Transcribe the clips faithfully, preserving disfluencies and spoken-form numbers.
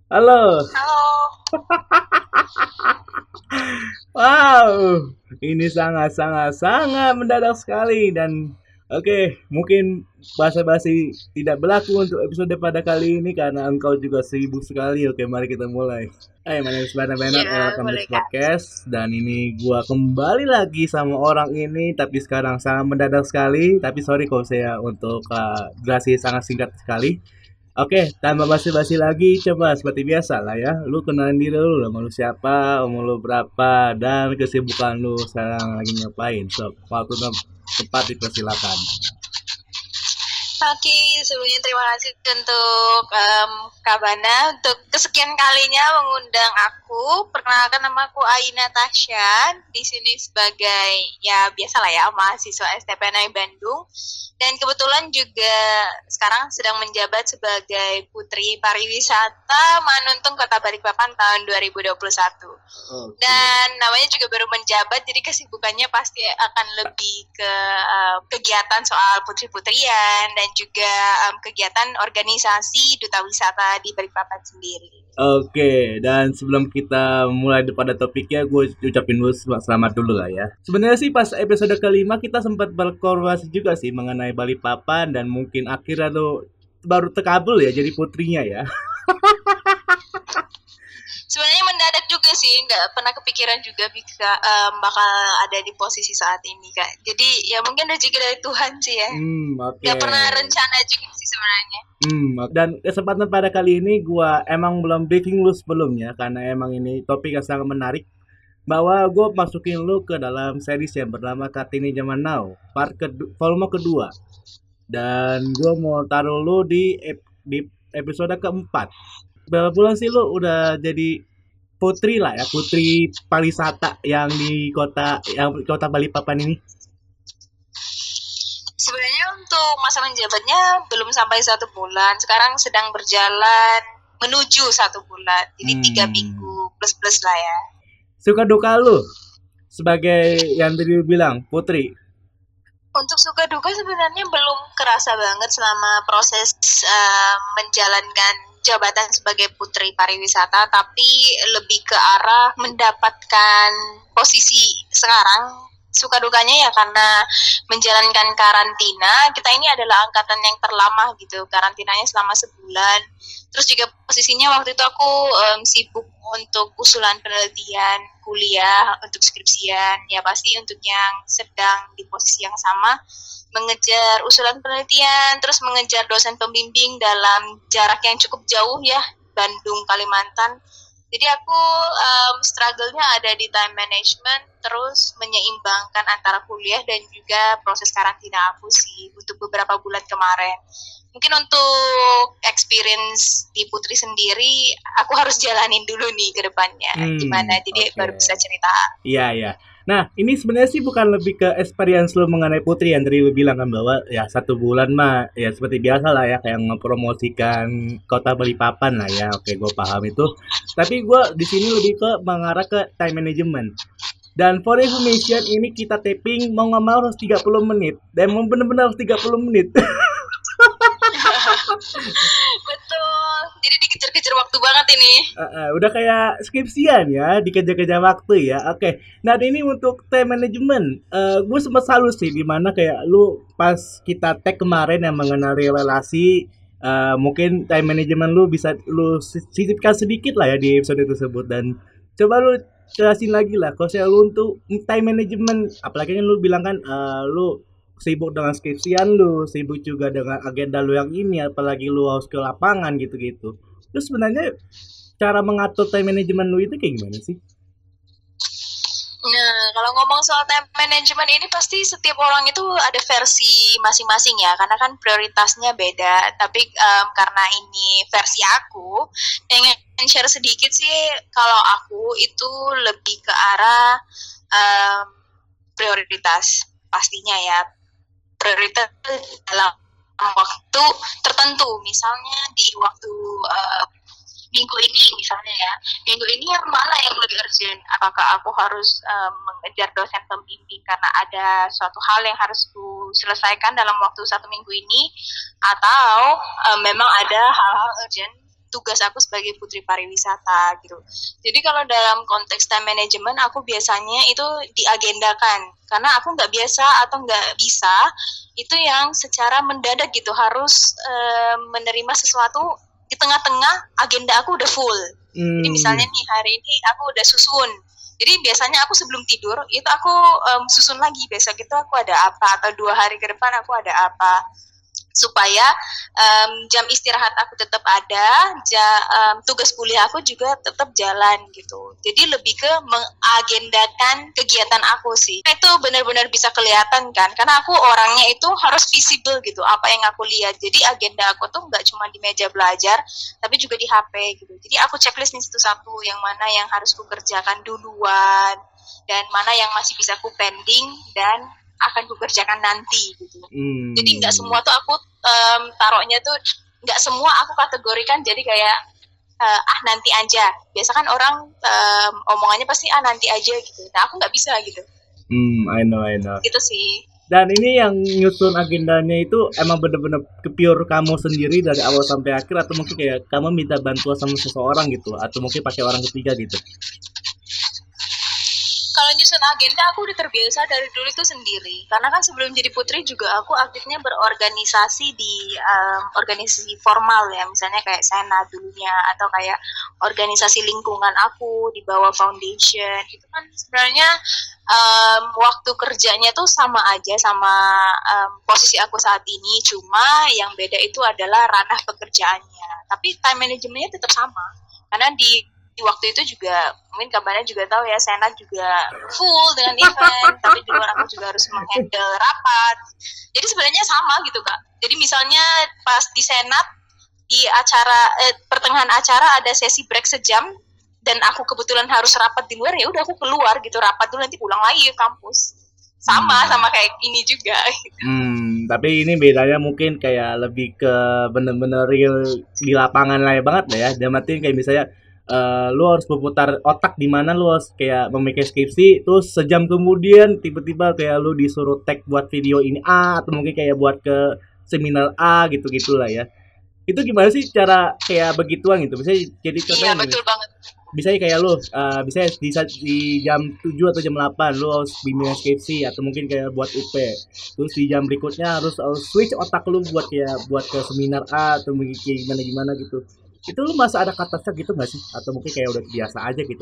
Halo. Halo. Wow, ini sangat-sangat sangat mendadak sekali dan oke, okay, mungkin basa-basi tidak berlaku untuk episode pada kali ini karena engkau juga sibuk sekali. Oke, okay, mari kita mulai. Hai, my name is Bernard Bernard and Ya, welcome to boleh this Kak. podcast. Dan ini gua kembali lagi sama orang ini, tapi sekarang sangat mendadak sekali. Tapi sorry kalau saya untuk uh, durasi sangat singkat sekali. Oke, tanpa basi-basi lagi, coba seperti biasa lah ya. Lu kenalin diri lu, nama lu siapa, umur lu berapa, dan kesibukan lu sekarang lagi ngapain. So, waktu dan tempat dipersilakan. Oke, sebelumnya terima kasih untuk um, Kak Bana untuk kesekian kalinya mengundang aku. Perkenalkan, nama aku Aina Tasya. Di sini sebagai ya biasalah ya mahasiswa S T P N I Bandung. Dan kebetulan juga sekarang sedang menjabat sebagai Putri Pariwisata Manuntung Kota Balikpapan tahun dua ribu dua puluh satu. Okay. Dan namanya juga baru menjabat, jadi kesibukannya pasti akan lebih ke uh, kegiatan soal putri-putrian dan juga um, kegiatan organisasi Duta Wisata di Balikpapan sendiri. Oke, okay, dan sebelum kita mulai pada topiknya, gue ucapin dulu selamat dulu lah ya. Sebenarnya sih pas episode kelima kita sempat berkoordinasi juga sih mengenai Balikpapan dan mungkin akhirnya lo baru terkabul ya jadi putrinya ya. Sebenarnya mendadak juga sih, nggak pernah kepikiran juga bisa um, bakal ada di posisi saat ini Kak. Jadi ya mungkin rezeki dari Tuhan sih ya. Hmm, okay. Nggak pernah rencana juga sih sebenarnya. Hmm, dan kesempatan pada kali ini gue emang belum briefing lu sebelumnya karena emang ini topik yang sangat menarik. Bahwa gue masukin lu ke dalam series yang bernama Kartini Zaman Now, part kedu- volume kedua. Dan gue mau taruh lu di ep- di episode keempat. Berapa bulan sih lu udah jadi putri lah ya, putri pariwisata yang di kota yang kota Balikpapan ini? Sebenarnya untuk masa menjabatnya belum sampai satu bulan. Sekarang sedang berjalan menuju satu bulan. Jadi hmm. tiga minggu plus plus lah ya. Suka duka lu sebagai yang tadi lu bilang putri? Untuk suka duka sebenarnya belum kerasa banget selama proses uh, menjalankan jabatan sebagai putri pariwisata, tapi lebih ke arah mendapatkan posisi sekarang. Suka dukanya ya karena menjalankan karantina, kita ini adalah angkatan yang terlama gitu, karantinanya selama sebulan. Terus juga posisinya waktu itu aku um, sibuk untuk usulan penelitian, kuliah, untuk skripsian, ya pasti untuk yang sedang di posisi yang sama, mengejar usulan penelitian, terus mengejar dosen pembimbing dalam jarak yang cukup jauh ya, Bandung, Kalimantan. Jadi aku um, struggle-nya ada di time management, terus menyeimbangkan antara kuliah dan juga proses karantina aku sih untuk beberapa bulan kemarin. Mungkin untuk experience di Putri sendiri, aku harus jalanin dulu nih ke depannya. Hmm, gimana, jadi okay. Baru bisa cerita. Iya, iya. Nah, ini sebenarnya sih bukan lebih ke experience lo mengenai Putri yang tadi lo bilang kan bahwa ya satu bulan mah ya seperti biasa lah ya kayak ngepromosikan kota Balikpapan lah ya. Oke, gue paham itu. Tapi gue di sini lebih ke mengarah ke time management. Dan for information ini kita taping mau nggak mau harus tiga puluh menit dan mau benar-benar harus tiga puluh menit. Betul, jadi dikejar-kejar waktu banget ini. Uh, uh, udah kayak skripsian ya, dikejar-kejar waktu ya. Oke, okay. Nah ini untuk time management, uh, gue sempat salut sih dimana kayak lu pas kita tag kemarin yang mengenai relasi, uh, mungkin time management lu bisa lu sisipkan sedikit lah ya di episode tersebut dan coba lu jelasin lagi lah. Kalau saya lu untuk time management, apalagi kan lu bilang kan uh, lu sibuk dengan skripsian lu, sibuk juga dengan agenda lu yang ini, apalagi lu harus ke lapangan gitu-gitu. Terus sebenarnya cara mengatur time management lu itu kayak gimana sih? Nah, kalau ngomong soal time management ini pasti setiap orang itu ada versi masing-masing ya, karena kan prioritasnya beda. Tapi um, karena ini versi aku, pengen share sedikit sih, kalau aku itu lebih ke arah um, prioritas pastinya ya. Prioritas dalam waktu tertentu, misalnya di waktu uh, minggu ini misalnya ya, minggu ini yang mana yang lebih urgent? Apakah aku harus um, mengejar dosen pembimbing karena ada suatu hal yang harus ku selesaikan dalam waktu satu minggu ini, atau um, memang ada hal-hal urgent tugas aku sebagai putri pariwisata gitu. Jadi kalau dalam konteks time management aku biasanya itu diagendakan karena aku nggak biasa atau nggak bisa itu yang secara mendadak gitu harus uh, menerima sesuatu di tengah-tengah agenda aku udah full. Hmm. Jadi misalnya nih hari ini aku udah susun. Jadi biasanya aku sebelum tidur itu aku um, susun lagi besok itu aku ada apa atau dua hari ke depan aku ada apa supaya um, jam istirahat aku tetap ada, ja, um, tugas kuliah aku juga tetap jalan gitu. Jadi lebih ke mengagendakan kegiatan aku sih. Itu benar-benar bisa kelihatan kan, karena aku orangnya itu harus visible gitu, apa yang aku lihat. Jadi agenda aku tuh nggak cuma di meja belajar, tapi juga di H P gitu. Jadi aku checklist nih satu-satu yang mana yang harus ku kerjakan duluan, dan mana yang masih bisa ku pending, dan akan kukerjakan nanti gitu. Hmm. Jadi nggak semua tuh aku um, taruhnya tuh nggak semua aku kategorikan jadi kayak uh, ah nanti aja. Biasa kan orang um, omongannya pasti ah nanti aja gitu. Nah aku nggak bisa gitu. Hmm, I know, I know. Gitu sih. Dan ini yang nyusun agendanya itu emang bener-bener ke pure kamu sendiri dari awal sampai akhir atau mungkin kayak kamu minta bantuan sama seseorang gitu atau mungkin pakai orang ketiga gitu? Kalau nyusun agenda aku udah terbiasa dari dulu itu sendiri. Karena kan sebelum jadi putri juga aku aktifnya berorganisasi di um, organisasi formal ya. Misalnya kayak Senat dulunya atau kayak organisasi lingkungan aku di bawah foundation. Itu kan sebenarnya um, waktu kerjanya tuh sama aja sama um, posisi aku saat ini. Cuma yang beda itu adalah ranah pekerjaannya. Tapi time managementnya tetap sama. Karena di di waktu itu juga mungkin kabarnya juga tahu ya Senat juga full dengan event tapi di luar aku juga harus menghandle rapat jadi sebenarnya sama gitu Kak. Jadi misalnya pas di Senat di acara eh, pertengahan acara ada sesi break sejam dan aku kebetulan harus rapat di luar ya udah aku keluar gitu rapat dulu nanti pulang lagi ke kampus sama hmm. sama kayak ini juga gitu. Hmm, tapi ini bedanya mungkin kayak lebih ke bener-bener real di lapangan lah ya banget lah ya. Dia matiin kayak misalnya Uh, lu harus berputar otak di mana lu harus kayak memikir skripsi terus sejam kemudian tiba-tiba kayak lu disuruh tag buat video ini A atau mungkin kayak buat ke seminar A gitu-gitulah ya. Itu gimana sih cara kayak begituan gitu? Bisa jadi contohnya. Iya, betul banget. Bisa kayak lu uh, bisa di, di jam tujuh atau jam delapan lu harus bimbingan skripsi atau mungkin kayak buat U P. Terus di jam berikutnya harus, harus switch otak lu buat kayak buat ke seminar A atau mungkin gimana-gimana gitu. Itu lu masa ada kata-kata gitu nggak sih? Atau mungkin kayak udah biasa aja gitu?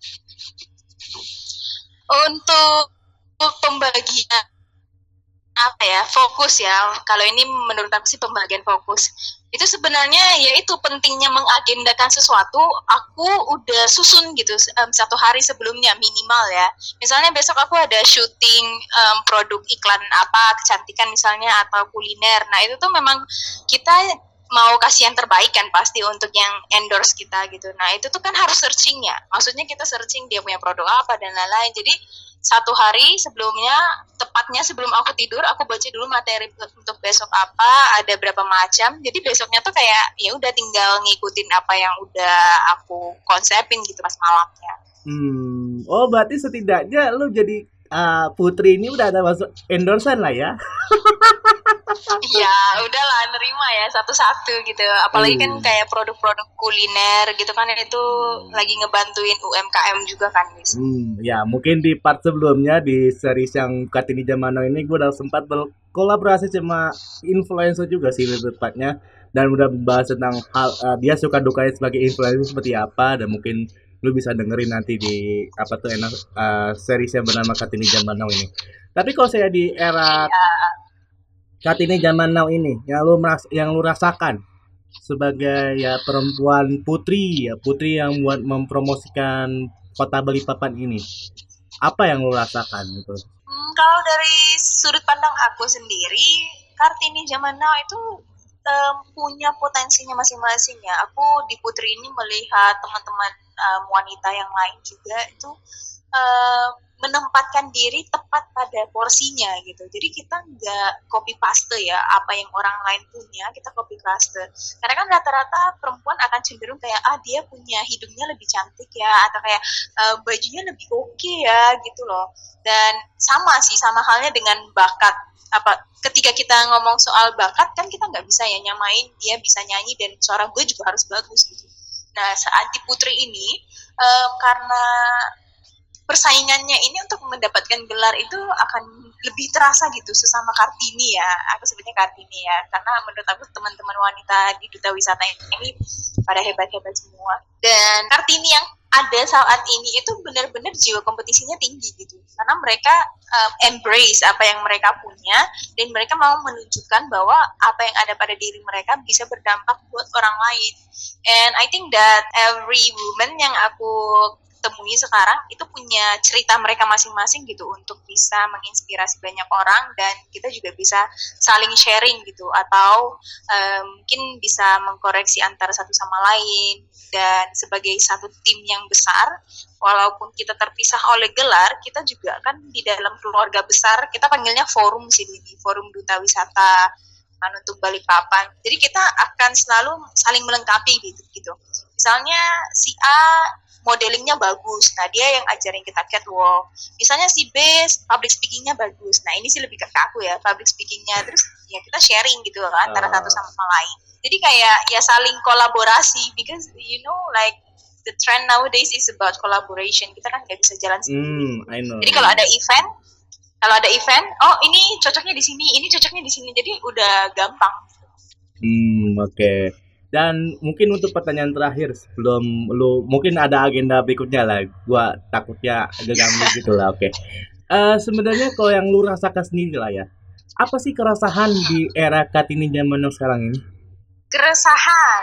Untuk pembagian apa ya fokus ya. Kalau ini menurut aku sih pembagian fokus. Itu sebenarnya yaitu pentingnya mengagendakan sesuatu. Aku udah susun gitu um, satu hari sebelumnya minimal ya. Misalnya besok aku ada syuting um, produk iklan apa kecantikan misalnya atau kuliner. Nah itu tuh memang kita mau kasih yang terbaik kan pasti untuk yang endorse kita gitu. Nah itu tuh kan harus searching ya. Maksudnya kita searching dia punya produk apa dan lain-lain. Jadi satu hari sebelumnya, tepatnya sebelum aku tidur, aku baca dulu materi untuk besok apa, ada berapa macam. Jadi besoknya tuh kayak ya udah tinggal ngikutin apa yang udah aku konsepin gitu pas malamnya. Hmm, oh berarti setidaknya lu jadi uh, putri ini udah ada masuk endorsean lah ya. Ya udahlah nerima ya satu-satu gitu apalagi hmm. kan kayak produk-produk kuliner gitu kan itu hmm. lagi ngebantuin U M K M juga kan guys. Hmm, ya mungkin di part sebelumnya di series yang Kartini Zaman Now ini gue udah sempat berkolaborasi sama influencer juga sih lebih tepatnya dan udah membahas tentang hal uh, dia suka dukanya sebagai influencer seperti apa dan mungkin lu bisa dengerin nanti di apa tuh enak uh, series yang bernama Kartini Zaman Now ini. Tapi kalau saya di era ya. Kartini Zaman Now ini yang lu meras- yang lu rasakan sebagai ya perempuan putri ya putri yang buat mempromosikan kota Balikpapan ini apa yang lu rasakan gitu? Hmm, kalau dari sudut pandang aku sendiri Kartini Zaman Now itu um, punya potensinya masing-masing ya. Aku di Putri ini melihat teman-teman um, wanita yang lain juga itu uh, menempatkan diri tepat pada porsinya gitu. Jadi kita nggak copy paste ya apa yang orang lain punya, kita copy paste. Karena kan rata-rata perempuan akan cenderung kayak ah dia punya hidungnya lebih cantik ya, atau kayak uh, bajunya lebih oke okay ya gitu loh. Dan sama sih, sama halnya dengan bakat. Apa ketika kita ngomong soal bakat kan kita nggak bisa ya nyamain dia bisa nyanyi dan suara gue juga harus bagus gitu. Nah saat di Putri ini um, karena persaingannya ini untuk mendapatkan gelar itu akan lebih terasa gitu sesama Kartini ya, aku sebutnya Kartini ya, karena menurut aku teman-teman wanita di Duta Wisata ini pada hebat-hebat semua, dan Kartini yang ada saat ini itu benar-benar jiwa kompetisinya tinggi gitu, karena mereka um, embrace apa yang mereka punya dan mereka mau menunjukkan bahwa apa yang ada pada diri mereka bisa berdampak buat orang lain. And I think that every woman yang aku temui sekarang itu punya cerita mereka masing-masing gitu untuk bisa menginspirasi banyak orang, dan kita juga bisa saling sharing gitu, atau um, mungkin bisa mengkoreksi antara satu sama lain. Dan sebagai satu tim yang besar, walaupun kita terpisah oleh gelar, kita juga kan di dalam keluarga besar, kita panggilnya forum sih ini, forum Duta Wisata kan untuk Balikpapan. Jadi kita akan selalu saling melengkapi gitu gitu. Misalnya si A modelingnya bagus, nah dia yang ajarin kita catwalk. Misalnya si B public speakingnya bagus, nah ini sih lebih ke aku ya public speakingnya. Terus ya kita sharing gitu kan antara uh. satu sama lain. Jadi kayak ya saling kolaborasi, because you know like the trend nowadays is about collaboration. Kita kan nggak bisa jalan sendiri. Mm, I know. Jadi kalau ada event, kalau ada event, oh ini cocoknya di sini, ini cocoknya di sini. Jadi udah gampang. Hmm, oke. Okay. Dan mungkin untuk pertanyaan terakhir sebelum lu mungkin ada agenda berikutnya lah, gua takutnya agak ganggu gitu lah. Oke. Okay. Uh, sebenarnya kalau yang lu rasakan sendiri lah ya, apa sih keresahan di era Kartini zaman sekarang ini? Keresahan,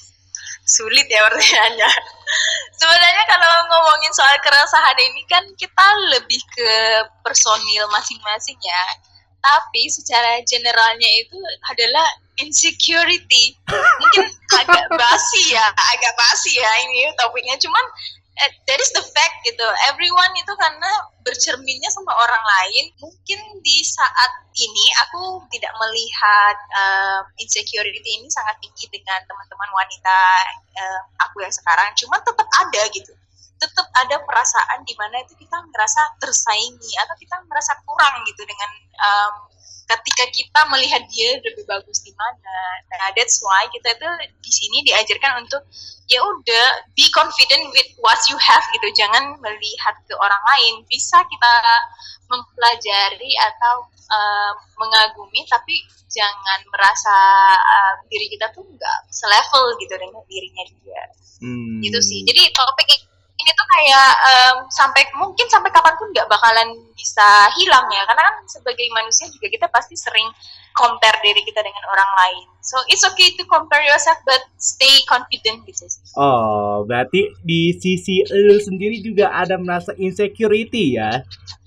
sulit ya pertanyaannya. Sebenarnya kalau ngomongin soal keresahan ini kan kita lebih ke personil masing-masing ya. Tapi secara generalnya itu adalah insecurity. Mungkin agak basi ya, agak basi ya ini topiknya. Cuman uh, that is the fact gitu. Everyone itu karena bercerminnya sama orang lain. Mungkin di saat ini aku tidak melihat uh, insecurity ini sangat tinggi dengan teman-teman wanita uh, aku yang sekarang. Cuman tetap ada gitu. Tetap ada perasaan di mana itu kita merasa tersaingi atau kita merasa kurang gitu dengan um, ketika kita melihat dia lebih bagus di mana. Nah, that's why kita itu di sini diajarkan untuk ya udah be confident with what you have gitu. Jangan melihat ke orang lain. Bisa kita mempelajari atau uh, mengagumi, tapi jangan merasa uh, diri kita tuh nggak selevel gitu dengan dirinya dia. Hmm. Gitu sih. Jadi topik ini tuh kayak um, sampai mungkin sampai kapanpun nggak bakalan bisa hilang ya, karena kan sebagai manusia juga kita pasti sering compare diri kita dengan orang lain. So it's okay to compare yourself but stay confident gitu. Oh, berarti di sisi lu sendiri juga ada merasa insecurity ya?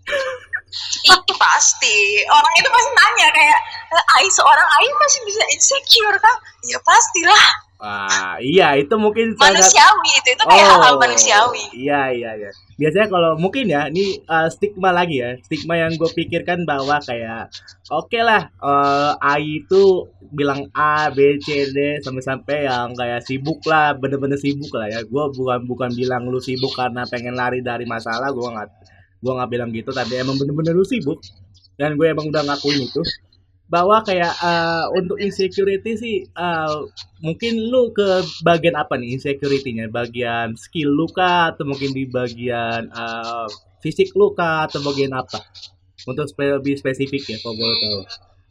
Iya pasti. Orang itu pasti nanya kayak, Ai seorang Ai masih bisa insecure kan? Ya pastilah. Wah, iya itu mungkin manusiawi sangat... itu itu kayak oh, hal-hal manusiawi. Iya iya iya. Biasanya kalau mungkin ya, ini uh, stigma lagi ya, stigma yang gue pikirkan bahwa kayak oke okay lah, uh, A I itu bilang A, B, C, D sampai-sampai yang kayak sibuk lah, bener-bener sibuk lah ya. Gue bukan bukan bilang lu sibuk karena pengen lari dari masalah, gue nggak gue nggak bilang gitu, tapi emang bener-bener lu sibuk dan gue emang udah ngakuin itu. Bahwa kayak uh, untuk insecurity sih uh, mungkin lu ke bagian apa nih insecurity-nya? Bagian skill lu kah? Atau mungkin di bagian uh, fisik lu kah? Atau bagian apa? Untuk spe- lebih spesifik ya kalau boleh tahu.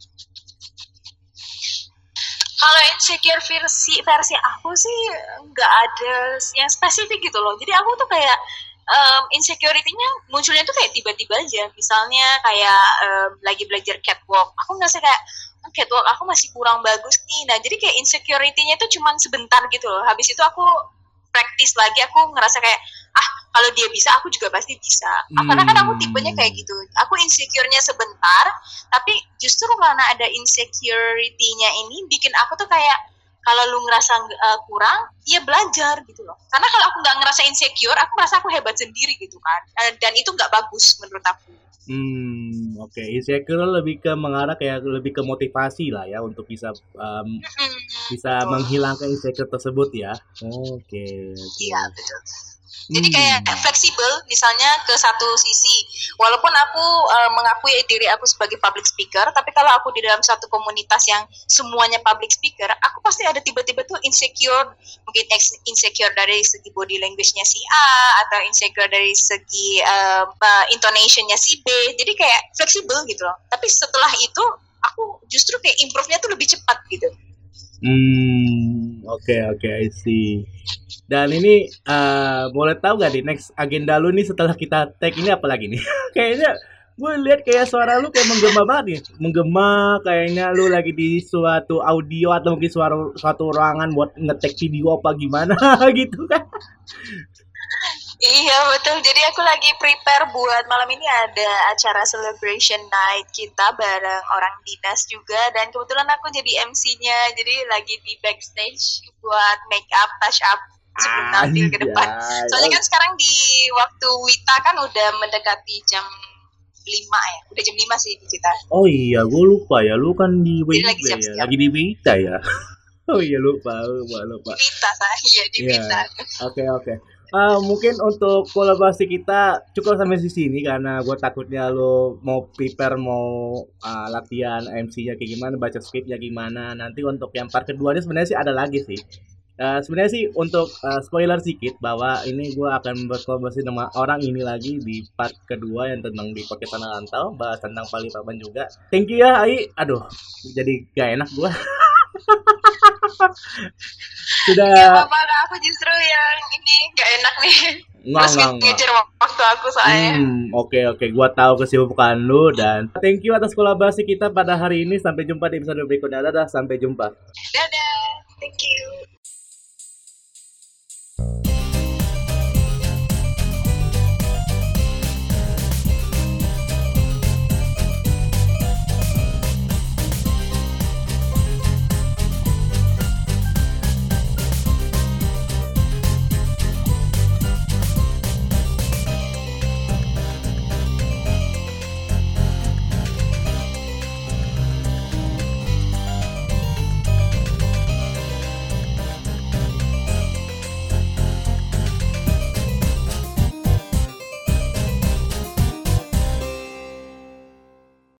Kalau insecure versi versi aku sih nggak ada yang spesifik gitu loh. Jadi aku tuh kayak Um, insecurity-nya munculnya tuh kayak tiba-tiba aja. Misalnya kayak um, lagi belajar catwalk, aku ngerasa kayak oh, catwalk aku masih kurang bagus nih. Nah jadi kayak insecurity-nya tuh cuman sebentar gitu loh. Habis itu aku practice lagi, aku ngerasa kayak ah kalau dia bisa aku juga pasti bisa. Hmm. Karena kan aku tipenya kayak gitu. Aku insecure-nya sebentar, tapi justru karena ada insecurity-nya ini bikin aku tuh kayak Kalau lu ngerasa uh, kurang, ya belajar gitu loh. Karena kalau aku nggak ngerasa insecure, aku merasa aku hebat sendiri gitu kan. Uh, dan itu nggak bagus menurut aku. Hmm, oke. Okay. Insecure lebih ke mengarah kayak lebih ke motivasi lah ya untuk bisa um, Mm-mm, bisa betul. menghilangkan insecure tersebut ya. Oke, okay, oke. Okay. Iya, betul. Jadi kayak Hmm. fleksibel, misalnya ke satu sisi. Walaupun aku uh, mengakui diri aku sebagai public speaker, tapi kalau aku di dalam satu komunitas yang semuanya public speaker, aku pasti ada tiba-tiba tuh insecure, mungkin insecure dari segi body language-nya si A, atau insecure dari segi uh, uh, intonation-nya si B. Jadi kayak fleksibel gitu loh. Tapi setelah itu, aku justru kayak improve-nya tuh lebih cepat gitu. Hmm, oke okay, oke, okay, I see. Dan ini uh, boleh tahu gak nih next agenda lu nih setelah kita tag ini apa lagi nih? Kayaknya gue lihat kayak suara lu kayak menggema banget nih, menggema kayaknya lu lagi di suatu audio atau mungkin suara suatu ruangan buat ngetek video apa gimana gitu kan? Iya betul, jadi aku lagi prepare buat malam ini ada acara celebration night kita bareng orang dinas juga, dan kebetulan aku jadi M C-nya, jadi lagi di backstage buat make up, touch up sebelum tampil ke depan. Soalnya kan sekarang di waktu Wita kan udah mendekati jam lima ya, udah jam lima sih di kita. Oh iya, gue lupa ya, lu kan di Wita lagi ya, lagi di Wita ya. Oh iya lupa, lupa, lupa. Wita saya, iya di yeah. Wita. Oke okay, oke. Okay. Uh, mungkin untuk kolaborasi kita cukup sampai di sini karena gue takutnya lo mau prepare mau uh, latihan M C-nya kayak gimana, baca skripnya gimana. Nanti untuk yang part kedua ini sebenarnya sih ada lagi sih. Uh, sebenarnya sih untuk uh, spoiler sedikit bahwa ini gue akan berkolaborasi sama orang ini lagi di part kedua yang tentang di podcast Tanah Rantau, bahas tentang Balikpapan juga. Thank you ya Ai. Aduh, jadi gak enak gue. Sudah. Gak apa-apa, aku justru yang ini gak enak nih. Nggak, nggak, ngejar waktu aku soalnya. Hmm, oke okay, oke, okay. Gua tahu kesibukan lu dan thank you atas kolaborasi kita pada hari ini. Sampai jumpa di episode berikutnya. Dadah, sampai jumpa. Dadah, thank you.